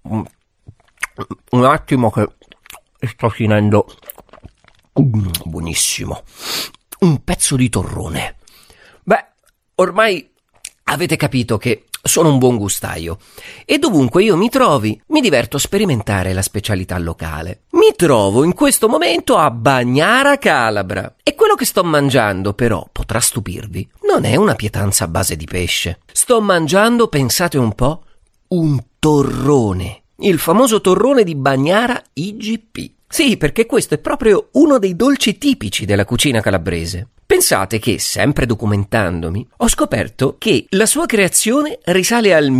Un attimo che sto finendo. Buonissimo. Un pezzo di torrone. Beh, ormai avete capito che sono un buon gustaio e dovunque io mi trovi mi diverto a sperimentare la specialità locale. Mi trovo in questo momento a Bagnara Calabra e quello che sto mangiando però potrà stupirvi, non è una pietanza a base di pesce. Sto mangiando, pensate un po', un torrone, il famoso torrone di Bagnara IGP. Sì, perché questo è proprio uno dei dolci tipici della cucina calabrese. Pensate che, sempre documentandomi, ho scoperto che la sua creazione risale al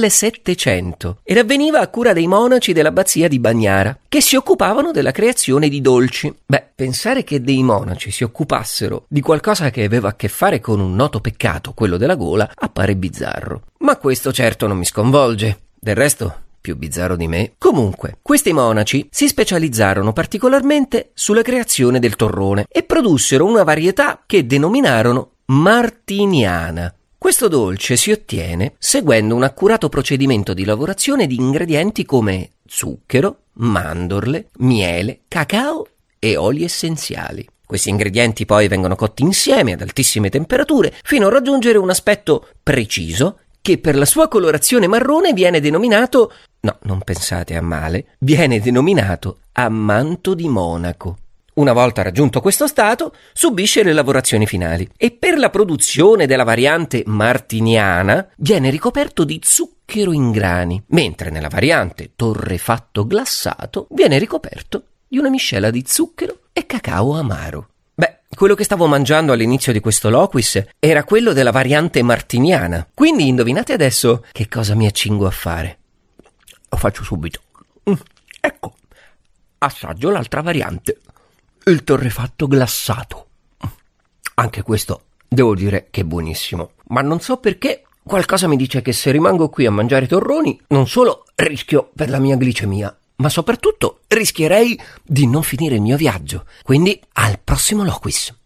1700 ed avveniva a cura dei monaci dell'abbazia di Bagnara, che si occupavano della creazione di dolci. Beh, pensare che dei monaci si occupassero di qualcosa che aveva a che fare con un noto peccato, quello della gola, appare bizzarro. Ma questo certo non mi sconvolge. Del resto, più bizzarro di me. Comunque, questi monaci si specializzarono particolarmente sulla creazione del torrone e produssero una varietà che denominarono martiniana. Questo dolce si ottiene seguendo un accurato procedimento di lavorazione di ingredienti come zucchero, mandorle, miele, cacao e oli essenziali. Questi ingredienti poi vengono cotti insieme ad altissime temperature fino a raggiungere un aspetto preciso che per la sua colorazione marrone viene denominato, no, non pensate a male, viene denominato ammanto di Monaco. Una volta raggiunto questo stato, subisce le lavorazioni finali e per la produzione della variante martiniana viene ricoperto di zucchero in grani, mentre nella variante torrefatto glassato viene ricoperto di una miscela di zucchero e cacao amaro. Beh, quello che stavo mangiando all'inizio di questo loquis era quello della variante martiniana. Quindi indovinate adesso che cosa mi accingo a fare. Lo faccio subito. Ecco, assaggio l'altra variante, il torrefatto glassato. Anche questo devo dire che è buonissimo. Ma non so perché qualcosa mi dice che se rimango qui a mangiare torroni non solo rischio per la mia glicemia, ma soprattutto rischierei di non finire il mio viaggio. Quindi al prossimo loquis.